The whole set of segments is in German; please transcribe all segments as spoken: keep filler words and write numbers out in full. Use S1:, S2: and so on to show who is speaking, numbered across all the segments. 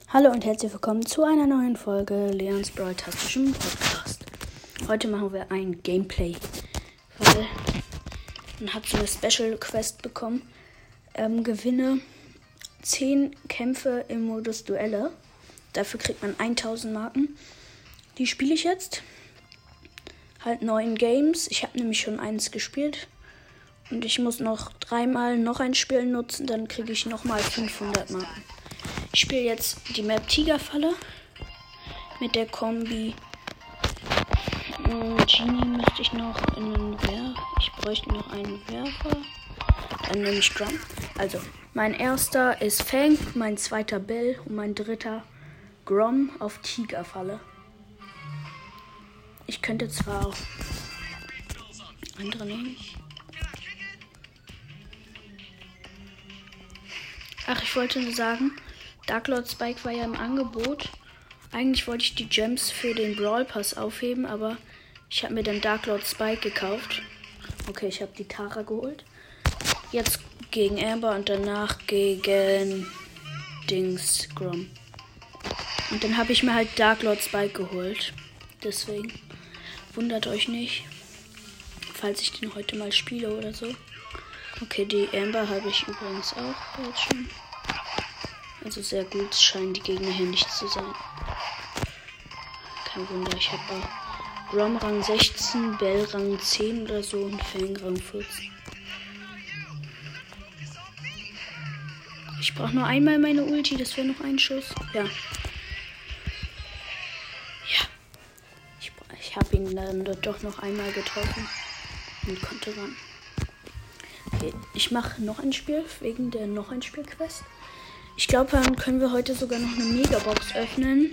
S1: Hallo und herzlich willkommen zu einer neuen Folge Leons Brawl-tastischen Podcast. Heute machen wir ein Gameplay, weil man hat so eine Special Quest bekommen. Ähm, gewinne zehn Kämpfe im Modus Duelle. Dafür kriegt man tausend Marken. Die spiele ich jetzt. Halt neun Games. Ich habe nämlich schon eins gespielt. Und ich muss noch dreimal noch ein Spiel nutzen, dann kriege ich nochmal fünfhundert Marken. Ich spiele jetzt die Map Tigerfalle mit der Kombi. Genie müsste ich noch in einen Werfer. Ich bräuchte noch einen Werfer. Dann nehme ich Grom. Also, mein erster ist Fang, mein zweiter Bell und mein dritter Grom auf Tigerfalle. Ich könnte zwar auch andere nehmen. Ach, ich wollte nur sagen, Dark Lord Spike war ja im Angebot. Eigentlich wollte ich die Gems für den Brawl Pass aufheben, aber ich habe mir dann Dark Lord Spike gekauft. Okay, ich habe die Tara geholt. Jetzt gegen Amber und danach gegen Dings Grom. Und dann habe ich mir halt Dark Lord Spike geholt. Deswegen wundert euch nicht, falls ich den heute mal spiele oder so. Okay, die Amber habe ich übrigens auch jetzt schon. Also sehr gut, scheinen die Gegner hier nicht zu sein. Kein Wunder, ich habe auch Grom Rang sechzehn, Bell Rang zehn oder so und Fang Rang vierzehn. Ich brauche nur einmal meine Ulti, das wäre noch ein Schuss. Ja. Ja. Ich, ich habe ihn dann doch noch einmal getroffen und konnte ran. Okay, ich mache noch ein Spiel wegen der noch ein Spiel Quest. Ich glaube, dann können wir heute sogar noch eine Megabox öffnen.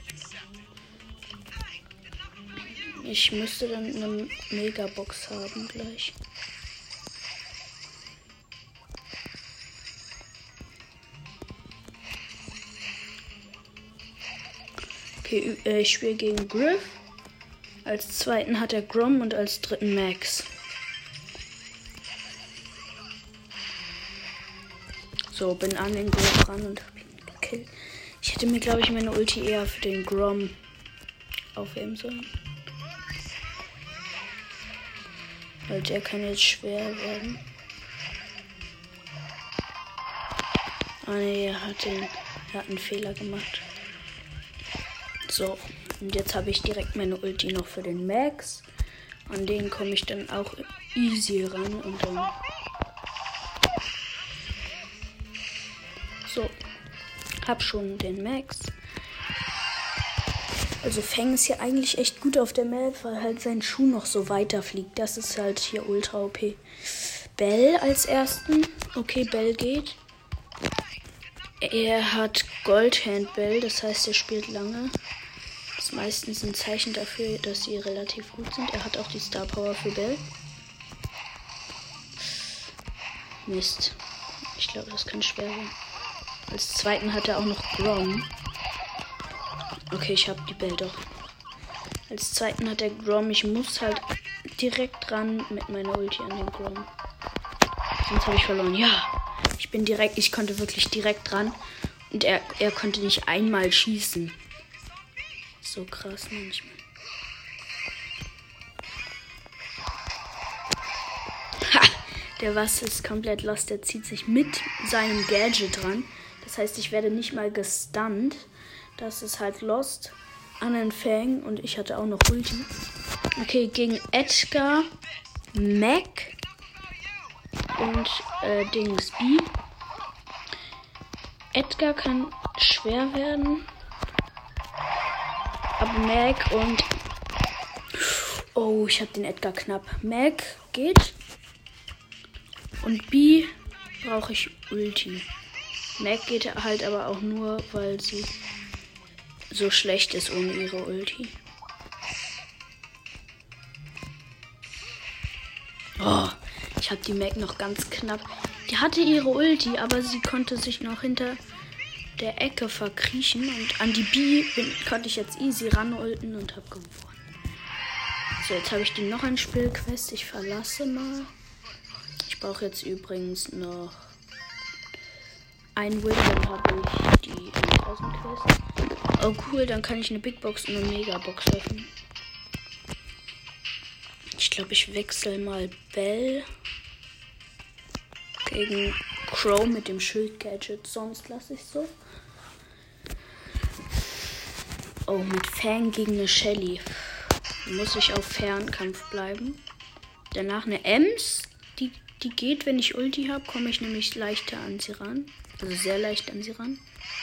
S1: Ich müsste dann eine Megabox haben gleich. Okay, ich spiele gegen Griff. Als zweiten hat er Grom und als dritten Max. So, bin an den Griff ran und hab ihn gekillt. Ich hätte mir, glaube ich, meine Ulti eher für den Grom aufheben sollen. Weil der kann jetzt schwer werden. Ah ne, er hat, den, er hat einen Fehler gemacht. So, und jetzt habe ich direkt meine Ulti noch für den Max. An den komme ich dann auch easy ran und dann... So, hab schon den Max. Also Fang ist hier eigentlich echt gut auf der Map, weil halt sein Schuh noch so weiter fliegt. Das ist halt hier ultra O P. Bell als ersten. Okay, Bell geht. Er hat Goldhand Bell, das heißt, er spielt lange. Das ist meistens ein Zeichen dafür, dass sie relativ gut sind. Er hat auch die Star Power für Bell. Mist. Ich glaube, das kann schwer werden. Als zweiten hat er auch noch Grom. Okay, ich habe die Bell doch. Als zweiten hat er Grom. Ich muss halt direkt ran mit meiner Ulti an den Grom. Sonst habe ich verloren. Ja, ich bin direkt, ich konnte wirklich direkt ran. Und er, er konnte nicht einmal schießen. So krass manchmal. Ha! Der Was ist komplett lost. Der zieht sich mit seinem Gadget dran. Das heißt, ich werde nicht mal gestunt. Das ist halt lost an den Fang. Und ich hatte auch noch Ulti. Okay, gegen Edgar, Mac und äh, Dings B. Edgar kann schwer werden. Aber Mac und... Oh, ich habe den Edgar knapp. Mac geht. Und B brauche ich Ulti. Mac geht halt aber auch nur, weil sie so schlecht ist ohne ihre Ulti. Oh, ich habe die Mac noch ganz knapp. Die hatte ihre Ulti, aber sie konnte sich noch hinter der Ecke verkriechen. Und an die B bin, konnte ich jetzt easy ranulten und habe gewonnen. So, jetzt habe ich die noch ein Spielquest. Ich verlasse mal. Ich brauche jetzt übrigens noch ein Win, dann habe ich die tausend Oh cool, dann kann ich eine Big Box und eine Megabox öffnen. Ich glaube, ich wechsle mal Bell gegen Crow mit dem Schild-Gadget. Sonst lasse ich so. Oh, mit Fang gegen eine Shelly. Muss ich auf Fernkampf bleiben. Danach eine Ems. Die, die geht, wenn ich Ulti habe, komme ich nämlich leichter an sie ran. Also sehr leicht an sie ran.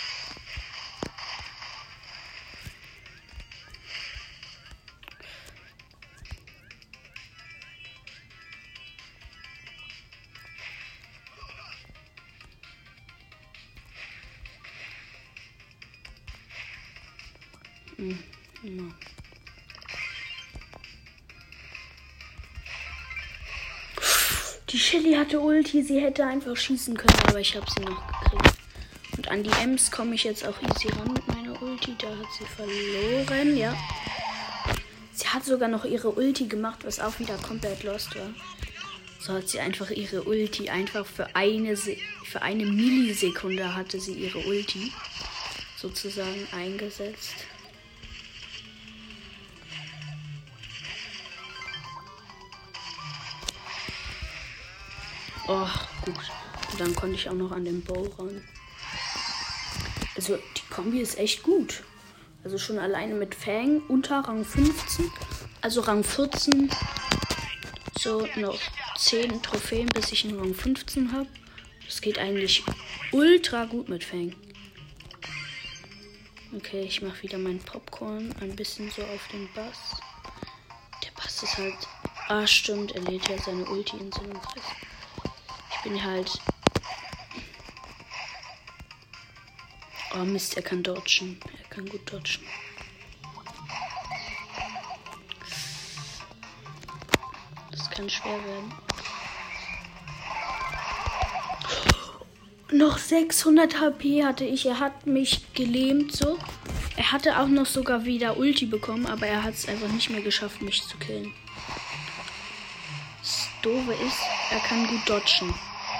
S1: Hm, ja. Die Shelly hatte Ulti, sie hätte einfach schießen können, aber ich habe sie noch gekriegt. Und an die Ems komme ich jetzt auch easy ran mit meiner Ulti. Da hat sie verloren, ja. Sie hat sogar noch ihre Ulti gemacht, was auch wieder komplett lost war. So hat sie einfach ihre Ulti, einfach für eine, Se- für eine Millisekunde hatte sie ihre Ulti sozusagen eingesetzt. Oh, gut. Und dann konnte ich auch noch an den Bow ran. Also, die Kombi ist echt gut. Also schon alleine mit Fang unter Rang fünfzehn. Also Rang vierzehn. So noch zehn Trophäen, bis ich einen Rang fünfzehn habe. Das geht eigentlich ultra gut mit Fang. Okay, ich mache wieder meinen Popcorn. Ein bisschen so auf den Bass. Der Bass ist halt... Ah, stimmt. Er lädt ja seine Ulti in so einem Kreis. Ich bin halt... Oh Mist, er kann dodgen. Er kann gut dodgen. Das kann schwer werden. Noch sechshundert H P hatte ich. Er hat mich gelähmt so. Er hatte auch noch sogar wieder Ulti bekommen, aber er hat es einfach nicht mehr geschafft, mich zu killen. Das Doofe ist, er kann gut dodgen.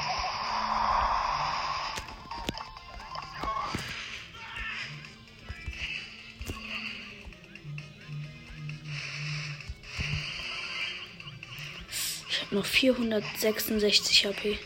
S1: Ich habe noch vierhundertsechsundsechzig H P.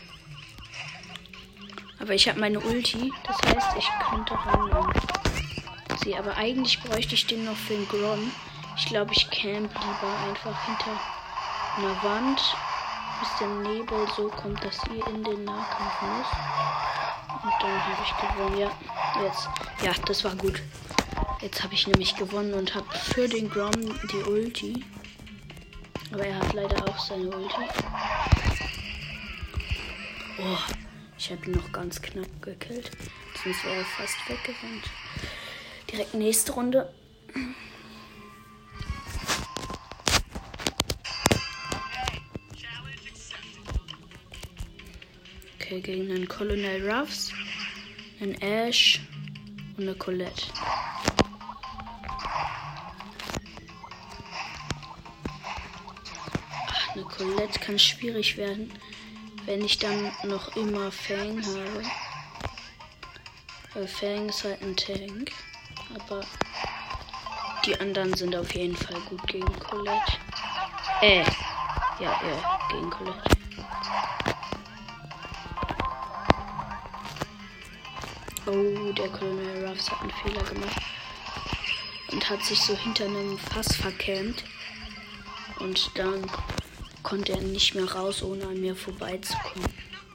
S1: Aber ich habe meine Ulti, das heißt, ich könnte rannehmen. Sie, aber eigentlich bräuchte ich den noch für den Grom. Ich glaube, ich camp lieber einfach hinter einer Wand, bis der Nebel so kommt, dass ihr in den Nahkampf muss. Und dann habe ich gewonnen. Ja, jetzt. Ja, das war gut. Jetzt habe ich nämlich gewonnen und habe für den Grom die Ulti. Aber er hat leider auch seine Ulti. Oh, ich habe ihn noch ganz knapp gekillt. Sonst wäre er fast weggerannt. Direkt nächste Runde. Okay, gegen einen Colonel Ruffs, einen Ash und eine Colette. Ach, eine Colette kann schwierig werden, wenn ich dann noch immer Fang habe. Weil Fang ist halt ein Tank. Aber die anderen sind auf jeden Fall gut gegen Colette. Äh, ja, ja, gegen Colette. Oh, der Colonel Ruffs hat einen Fehler gemacht. Und hat sich so hinter einem Fass verkämmt. Und dann konnte er nicht mehr raus, ohne an mir vorbeizukommen.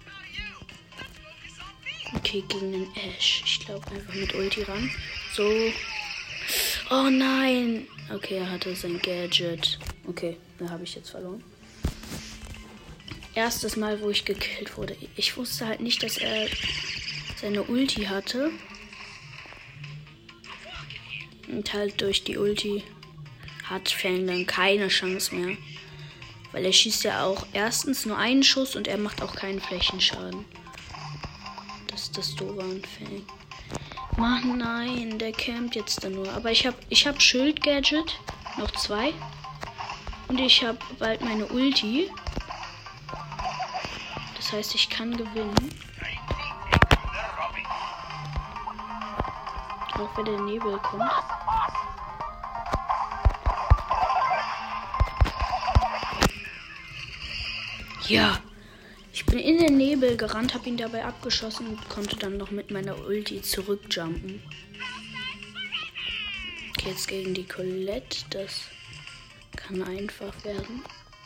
S1: Okay, gegen den Ash. Ich glaube einfach mit Ulti ran. So. Oh nein. Okay, er hatte sein Gadget. Okay, da habe ich jetzt verloren. Erstes Mal, wo ich gekillt wurde. Ich wusste halt nicht, dass er seine Ulti hatte. Und halt durch die Ulti hat Fang dann keine Chance mehr. Weil er schießt ja auch erstens nur einen Schuss und er macht auch keinen Flächenschaden. Das ist das Doofe an Fang. Mann, nein, der campt jetzt da nur. Aber ich habe ich hab Schild-Gadget. Noch zwei. Und ich habe bald meine Ulti. Das heißt, ich kann gewinnen. Auch wenn der Nebel kommt. Ja. Ich bin in den Nebel gerannt, habe ihn dabei abgeschossen und konnte dann noch mit meiner Ulti zurückjumpen. Okay, jetzt gegen die Colette. Das kann einfach werden.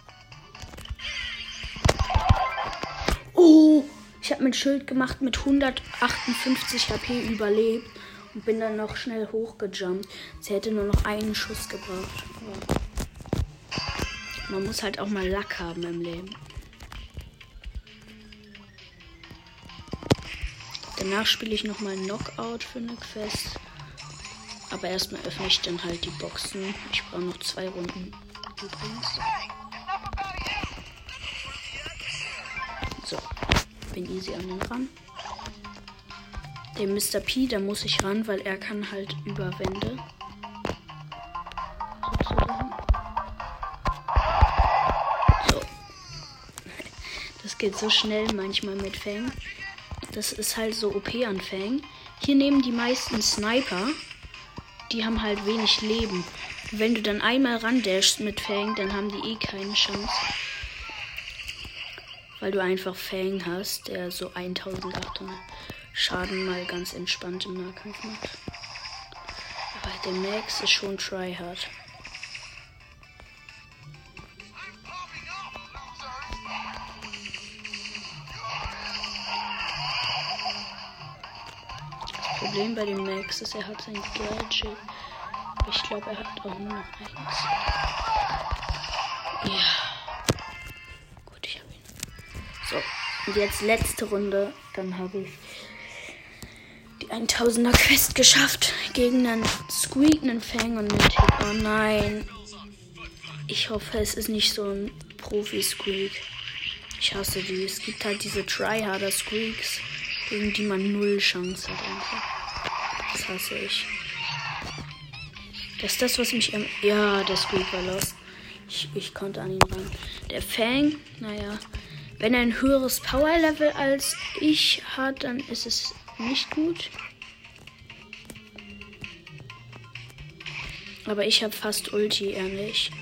S1: Oh! Ich habe mein Schild gemacht mit hundertachtundfünfzig H P überlebt und bin dann noch schnell hochgejumpt. Sie hätte nur noch einen Schuss gebraucht. Ja. Man muss halt auch mal Lack haben im Leben. Danach spiele ich nochmal Knockout für eine Quest. Aber erstmal öffne ich dann halt die Boxen. Ich brauche noch zwei Runden übrigens. So, bin easy an den ran. Den Mister P, da muss ich ran, weil er kann halt über Wände. Sozusagen. So. Das geht so schnell manchmal mit Fang. Das ist halt so O P an Fang. Hier nehmen die meisten Sniper. Die haben halt wenig Leben. Und wenn du dann einmal randashst mit Fang, dann haben die eh keine Chance. Weil du einfach Fang hast, der so eintausendachthundert Schaden mal ganz entspannt im Nahkampf macht. Aber der Max ist schon tryhard. Das Problem bei dem Max ist, er hat sein Gadget. Aber ich glaube, er hat auch nur noch eins. Ja. Gut, ich habe ihn. So, und jetzt letzte Runde. Dann habe ich die tausender Quest geschafft. Gegen einen Squeak, einen Fang und einen Tick. Oh nein. Ich hoffe, es ist nicht so ein Profi-Squeak. Ich hasse die. Es gibt halt diese Tryharder Squeaks, gegen die man null Chance hat einfach. Das hasse ich. Das ist das, was mich... Im ja, der Squeak war los. Ich, ich konnte an ihn ran. Der Fang, naja. Wenn er ein höheres Power-Level als ich hat, dann ist es nicht gut. Aber ich habe fast Ulti, er nicht.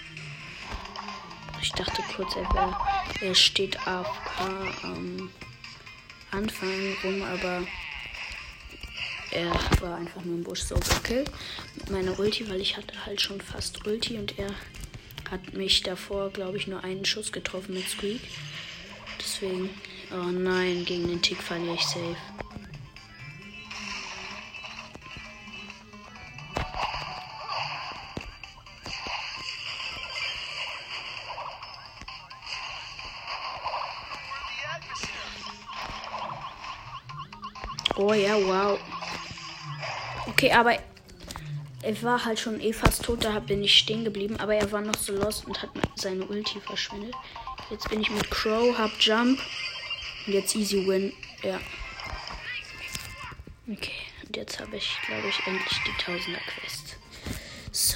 S1: Ich dachte kurz, er, wär, er steht A F K am Anfang rum, aber er war einfach nur im Busch so gekillt mit meiner Ulti, weil ich hatte halt schon fast Ulti und er hat mich davor, glaube ich, nur einen Schuss getroffen mit Squeak. Deswegen, oh nein, gegen den Tick verliere ich safe. Oh ja, wow. Okay, aber er war halt schon eh fast tot, da bin ich stehen geblieben, aber er war noch so lost und hat seine Ulti verschwendet. Jetzt bin ich mit Crow, hab Jump und jetzt easy win. Ja. Okay, und jetzt habe ich, glaube ich, endlich die tausender Quest. So.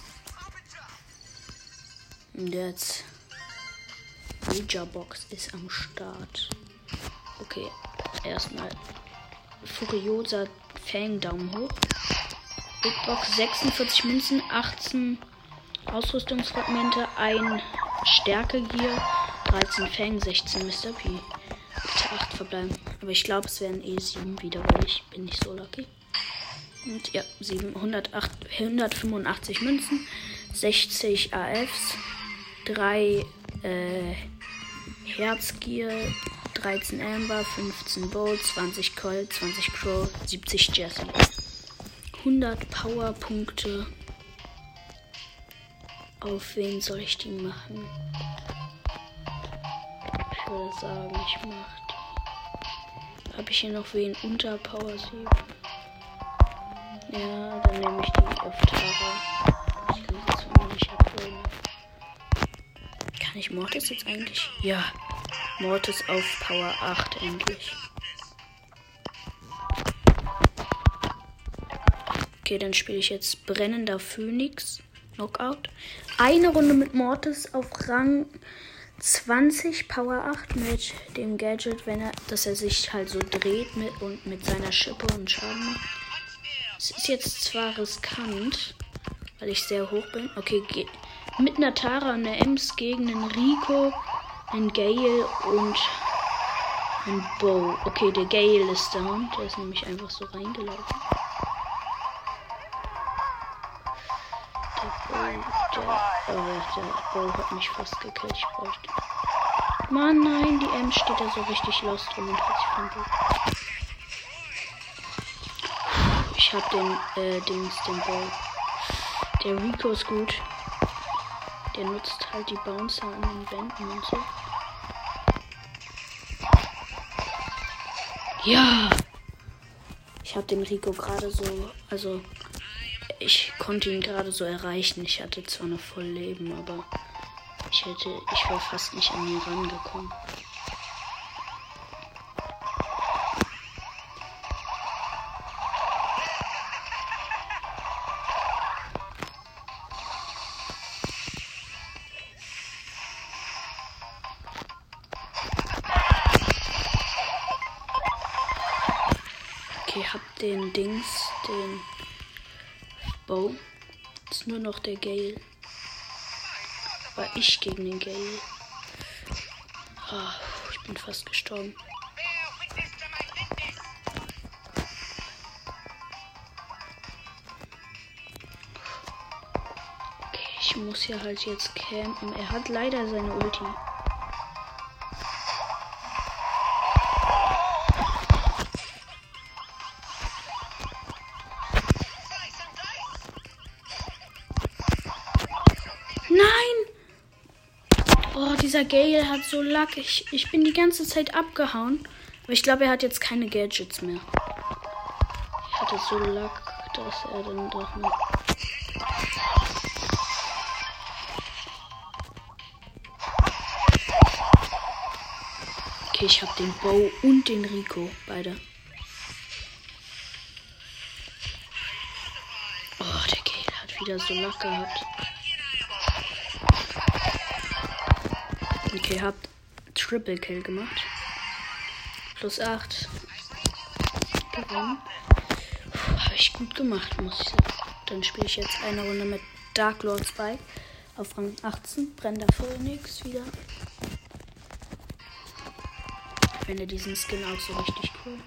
S1: Und jetzt Ninja Box ist am Start. Okay, erstmal Furiosa Fang Daumen hoch. Big Box sechsundvierzig Münzen, achtzehn Ausrüstungsfragmente, ein Stärke-Gear, dreizehn Fang, sechzehn Mister P. Bitte acht verbleiben. Aber ich glaube, es wären eh sieben wieder, weil ich bin nicht so lucky. Und ja, siebenhundertacht, hundertfünfundachtzig Münzen, sechzig A Fs, drei äh, Herzgear, dreizehn Amber, fünfzehn Bolt, zwanzig Colt, zwanzig Crow, siebzig Jessie. hundert Powerpunkte. Auf wen soll ich die machen? Ich würde sagen, ich mache die. Habe ich hier noch wen unter Power sieben? Ja, dann nehme ich die auf Tara. Ich kann sie zwar noch nicht upgraden. Kann ich Mortis jetzt eigentlich? Ja. Mortis auf Power acht endlich. Okay, dann spiele ich jetzt Brennender Phönix. Knockout. Eine Runde mit Mortis auf Rang zwanzig, Power acht mit dem Gadget, wenn er, dass er sich halt so dreht mit und mit seiner Schippe und Schaden macht. Es ist jetzt zwar riskant, weil ich sehr hoch bin. Okay, mit einer Tara und einer Ems gegen einen Rico, einen Gale und einen Bo. Okay, der Gale ist down. Der ist nämlich einfach so reingelaufen. Der Bo, der, oh, der Bo hat mich fast gekillt. Ich bräuchte. Mann, nein, die Ems steht da so richtig lost rum und hat sich von Bo. Ich hab den, äh, Dings, den Bo. Der Rico ist gut. Der nutzt halt die Bouncer an den Wänden und so. Ja! Ich hab den Rico gerade so, also ich konnte ihn gerade so erreichen. Ich hatte zwar noch voll Leben, aber ich hätte, ich wäre fast nicht an ihn rangekommen. Hab den Dings, den Bo. Ist nur noch der Gale. War ich gegen den Gale. Oh, ich bin fast gestorben. Okay, ich muss hier halt jetzt campen. Er hat leider seine Ulti. Dieser Gale hat so Lack. Ich, ich bin die ganze Zeit abgehauen. Aber ich glaube, er hat jetzt keine Gadgets mehr. Ich hatte so Lack, dass er dann doch nicht. Okay, ich habe den Bo und den Rico. Beide. Oh, der Gale hat wieder so Lack gehabt. Okay, hab Triple Kill gemacht. Plus acht. Gewonnen. Habe ich gut gemacht, muss ich sagen. Dann spiele ich jetzt eine Runde mit Dark Lord Spike. Auf Rang achtzehn. Brennender Phoenix wieder. Ich finde diesen Skin auch so richtig cool.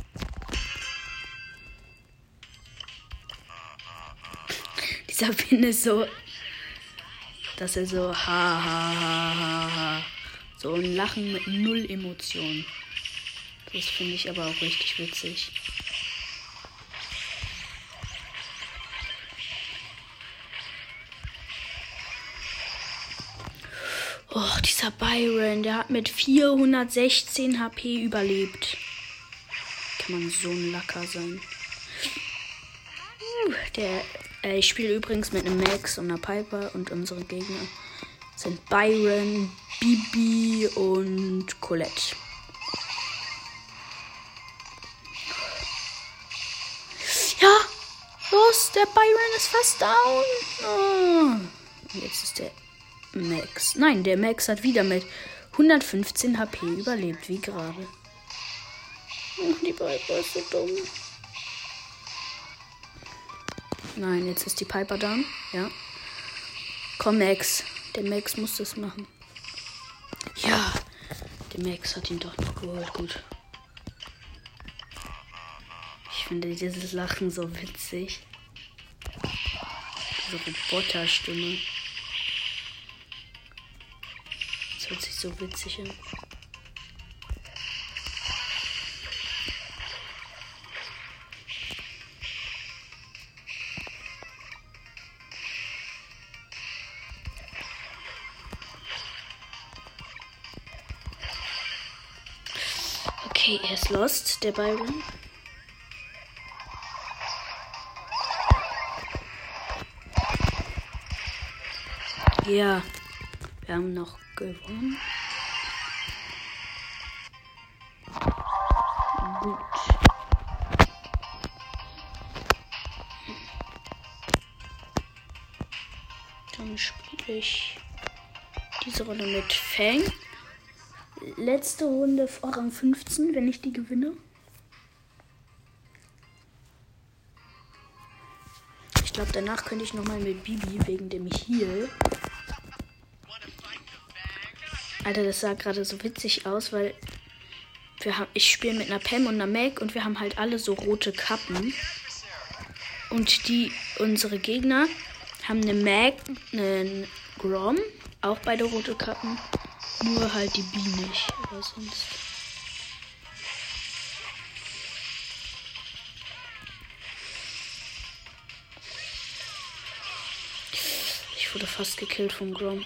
S1: Dieser Pin ist so, dass er so ha ha ha ha ha. So ein Lachen mit null Emotionen. Das finde ich aber auch richtig witzig. Oh, dieser Byron, der hat mit vierhundertsechzehn H P überlebt. Kann man so ein Lacker sein. Uh, der, äh, ich spiele übrigens mit einem Max und einer Piper und unsere Gegner sind Byron, Bibi und Colette. Ja, los, der Byron ist fast down. Oh. Jetzt ist der Max. Nein, der Max hat wieder mit hundertfünfzehn H P überlebt, wie gerade. Oh, die Piper ist so dumm. Nein, jetzt ist die Piper down. Ja. Komm, Max. Der Max muss das machen. Ja, der Max hat ihn doch noch geholt. Gut. Ich finde dieses Lachen so witzig. Diese Roboterstimme. Das hört sich so witzig an. Okay, er ist lost, der Byron. Ja, wir haben noch gewonnen. Gut. Dann spiele ich diese Runde mit Fang. Letzte Runde vor Rang fünfzehn, wenn ich die gewinne. glaube, danach könnte ich nochmal mit Bibi wegen dem Heal. Alter, das sah gerade so witzig aus, weil wir haben, ich spiele mit einer Pam und einer Meg und wir haben halt alle so rote Kappen. Und die, unsere Gegner haben eine Meg, einen Grom, auch beide rote Kappen, nur halt die B nicht, aber sonst. Ich wurde fast gekillt vom Grom.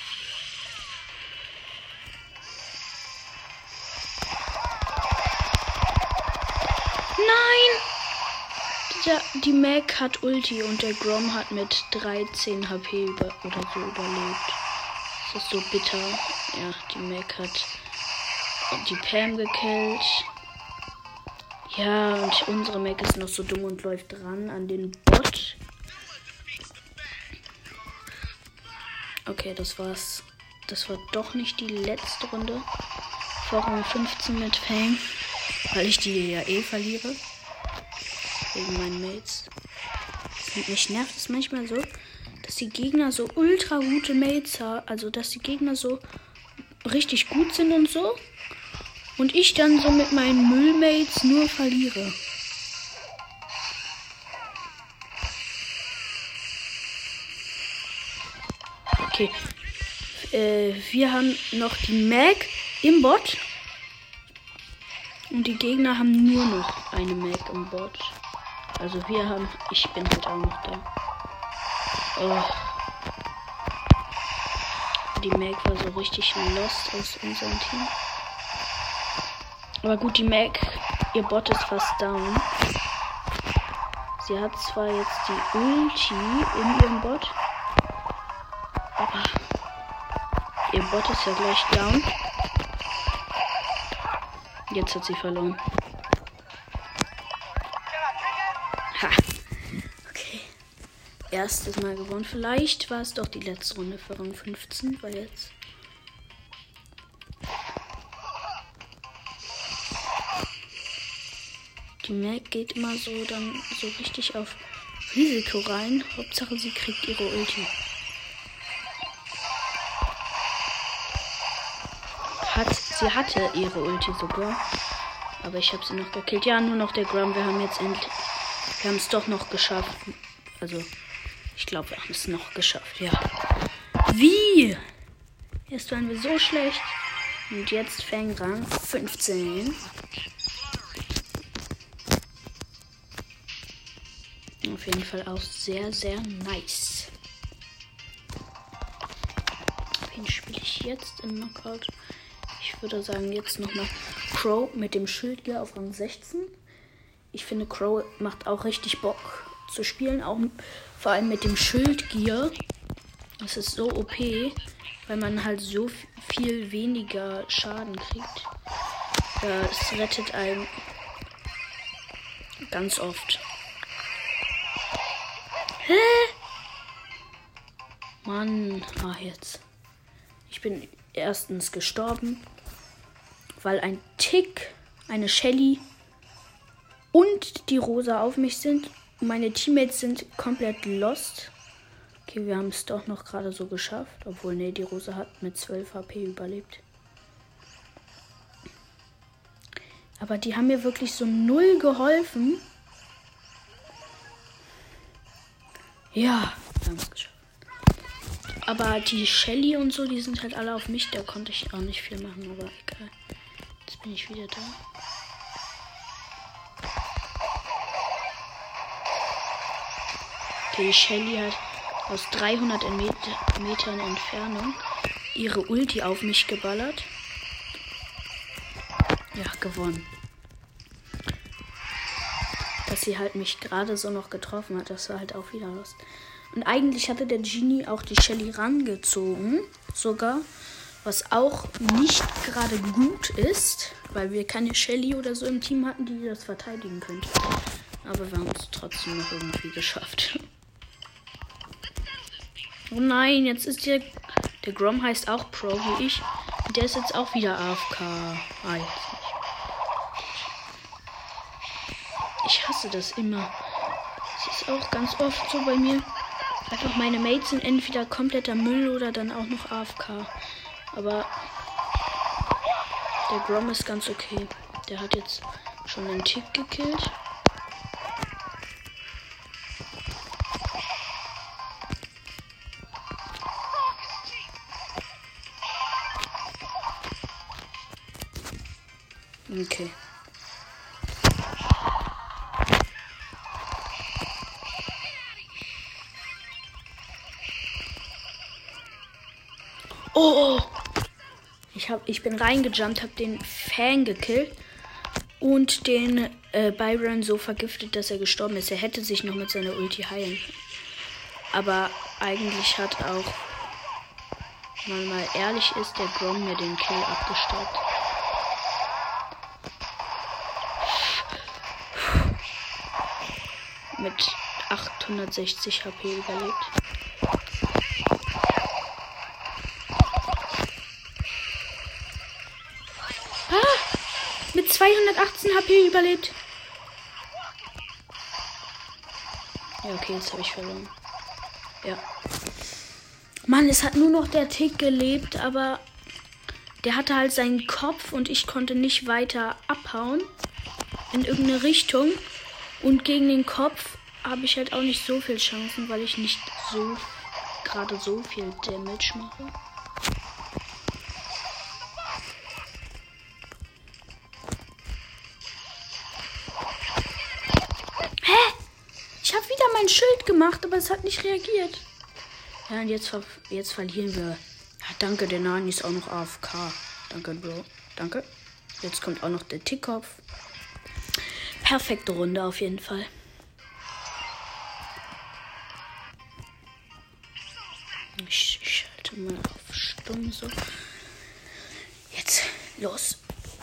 S1: Der, die Meg hat Ulti und der Grom hat mit dreizehn H P über, oder so überlebt. Das ist so bitter. Ja, die Meg hat die Pam gekillt. Ja, und unsere Meg ist noch so dumm und läuft dran an den Bot. Okay, das war's. Das war doch nicht die letzte Runde. Vor Rang fünfzehn mit Fang. Weil ich die ja eh verliere. Wegen meinen Mates. Und mich nervt es manchmal so, dass die Gegner so ultra gute Mates haben. Also, dass die Gegner so richtig gut sind und so. Und ich dann so mit meinen Müllmates nur verliere. Okay. Äh, wir haben noch die Meg im Bot. Und die Gegner haben nur noch eine Meg im Bot. Also wir haben... Ich bin halt auch noch da. Oh. Die Meg war so richtig lost aus unserem Team. Aber gut, die Meg... Ihr Bot ist fast down. Sie hat zwar jetzt die Ulti in ihrem Bot. Aber... Ihr Bot ist ja gleich down. Jetzt hat sie verloren. Ha. Okay. Erstes Mal gewonnen. Vielleicht war es doch die letzte Runde für Rang fünfzehn, weil jetzt. Die Meg geht immer so dann so richtig auf Risiko rein. Hauptsache sie kriegt ihre Ulti. Hat, sie hatte ihre Ulti sogar. Aber ich habe sie noch gekillt. Ja, nur noch der Grom. Wir haben jetzt endlich... Wir haben es doch noch geschafft. Also, ich glaube, wir haben es noch geschafft. Ja. Wie? Erst waren wir so schlecht. Und jetzt Fang Rang fünfzehn. Auf jeden Fall auch sehr, sehr nice. Wen spiele ich jetzt im Knockout? Ich würde sagen, jetzt nochmal Crow mit dem Schildgear auf Rang sechzehn. Ich finde, Crow macht auch richtig Bock zu spielen. Auch vor allem mit dem Schildgear. Das ist so O P, weil man halt so viel weniger Schaden kriegt. Das rettet einen ganz oft. Hä? Mann, ah jetzt. Ich bin erstens gestorben, weil ein Tick, eine Shelly und die Rosa auf mich sind. Meine Teammates sind komplett lost. Okay, wir haben es doch noch gerade so geschafft. Obwohl, nee, die Rosa hat mit zwölf H P überlebt. Aber die haben mir wirklich so null geholfen. Ja, wir haben es geschafft. Aber die Shelly und so, die sind halt alle auf mich. Da konnte ich auch nicht viel machen, aber egal. Jetzt bin ich wieder da. Okay, die Shelly hat aus dreihundert Met- Metern Entfernung ihre Ulti auf mich geballert. Ja, gewonnen. Dass sie halt mich gerade so noch getroffen hat, das war halt auch wieder los. Und eigentlich hatte der Genie auch die Shelly rangezogen, sogar, was auch nicht gerade gut ist, weil wir keine Shelly oder so im Team hatten, die das verteidigen könnte. Aber wir haben es trotzdem noch irgendwie geschafft. Oh nein, jetzt ist der, der Grom heißt auch Pro wie ich, und der ist jetzt auch wieder A F K. Ah, jetzt nicht. Ich hasse das immer. Es ist ist auch ganz oft so bei mir. Einfach meine Mates sind entweder kompletter Müll oder dann auch noch A F K. Aber der Grom ist ganz okay. Der hat jetzt schon den Tick gekillt. Okay. Oh, ich hab, ich bin reingejumpt, hab den Fan gekillt und den äh, Byron so vergiftet, dass er gestorben ist. Er hätte sich noch mit seiner Ulti heilen können. Aber eigentlich hat auch, wenn man mal ehrlich ist, der Grom mir den Kill abgestaubt. Mit achthundertsechzig H P überlebt. Ah, mit zweihundertachtzehn H P überlebt. Ja, okay, jetzt habe ich verloren. Ja. Mann, es hat nur noch der Tick gelebt, aber der hatte halt seinen Kopf und ich konnte nicht weiter abhauen in irgendeine Richtung. Und gegen den Kopf habe ich halt auch nicht so viel Chancen, weil ich nicht so gerade so viel Damage mache. Hä? Ich habe wieder mein Schild gemacht, aber es hat nicht reagiert. Ja, und jetzt, ver jetzt verlieren wir. Ja, danke, der Nani ist auch noch A F K. Danke, Bro. Danke. Jetzt kommt auch noch der Tickkopf. Perfekte Runde auf jeden Fall. Ich, ich schalte mal auf Stumm so. Jetzt los.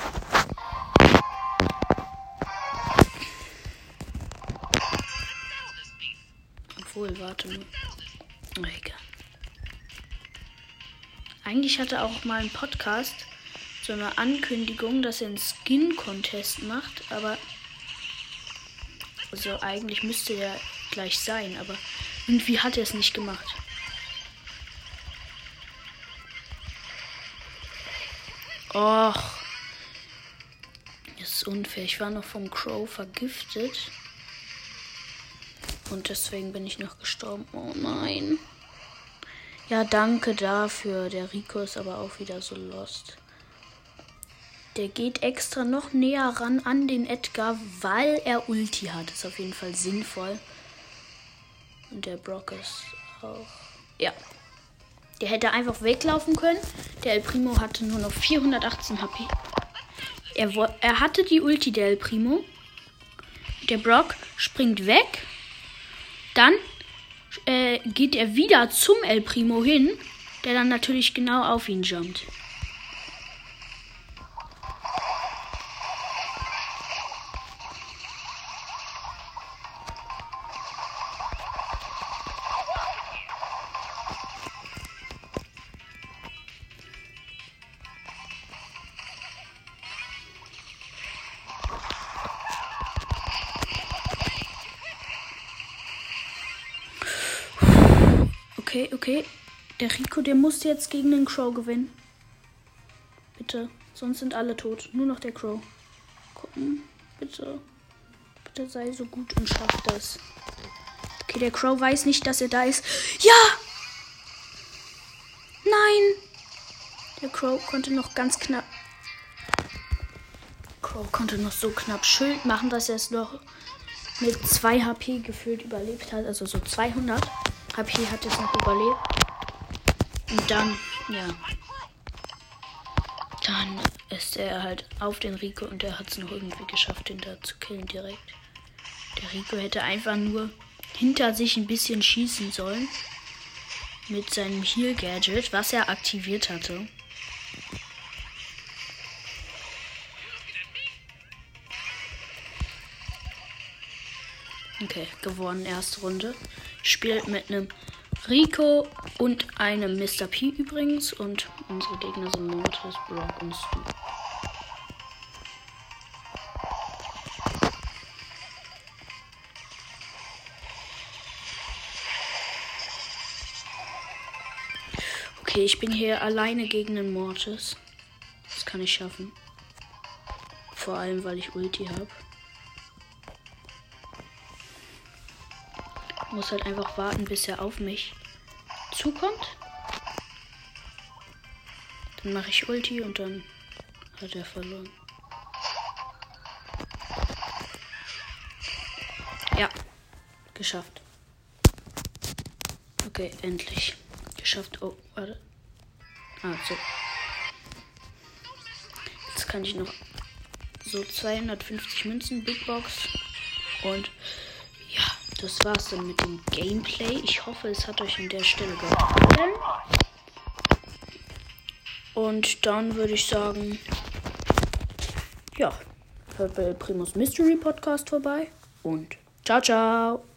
S1: Obwohl, warte mal. Oh, egal. Eigentlich hatte auch mal ein Podcast so eine Ankündigung, dass er einen Skin-Contest macht, aber also eigentlich müsste der gleich sein, aber irgendwie hat er es nicht gemacht. Och. Das ist unfair. Ich war noch vom Crow vergiftet. Und deswegen bin ich noch gestorben. Oh nein. Ja, danke dafür. Der Rico ist aber auch wieder so lost. Der geht extra noch näher ran an den Edgar, weil er Ulti hat. Das ist auf jeden Fall sinnvoll. Und der Brock ist auch... Ja. Der hätte einfach weglaufen können. Der El Primo hatte nur noch vierhundertachtzehn H P. Er, er hatte die Ulti, der El Primo. Der Brock springt weg. Dann äh, geht er wieder zum El Primo hin, der dann natürlich genau auf ihn jumpt. Okay, okay. Der Rico, der muss jetzt gegen den Crow gewinnen. Bitte. Sonst sind alle tot. Nur noch der Crow. Gucken. Bitte. Bitte sei so gut und schaff das. Okay, der Crow weiß nicht, dass er da ist. Ja! Nein! Der Crow konnte noch ganz knapp... Crow konnte noch so knapp Schild machen, dass er es noch mit zwei H P gefühlt überlebt hat. Also so zweihundert. H P hat es noch überlebt. Und dann, ja. Dann ist er halt auf den Rico und er hat es noch irgendwie geschafft, den da zu killen direkt. Der Rico hätte einfach nur hinter sich ein bisschen schießen sollen. Mit seinem Heal-Gadget, was er aktiviert hatte. Okay, gewonnen, erste Runde. Spielt mit einem Rico und einem Mister P übrigens. Und unsere Gegner sind Mortis, Brock und Stu. Okay, ich bin hier alleine gegen den Mortis. Das kann ich schaffen. Vor allem, weil ich Ulti habe. Muss halt einfach warten, bis er auf mich zukommt. Dann mache ich Ulti und dann hat er verloren. Ja, geschafft. Okay, endlich. Geschafft. Oh, warte. Ah, so. Jetzt kann ich noch so zweihundertfünfzig Münzen, Big Box. Und ja, das war's dann mit dem Gameplay. Ich hoffe, es hat euch an der Stelle gefallen. Und dann würde ich sagen, ja, hört bei Primus Mystery Podcast vorbei. Und ciao, ciao.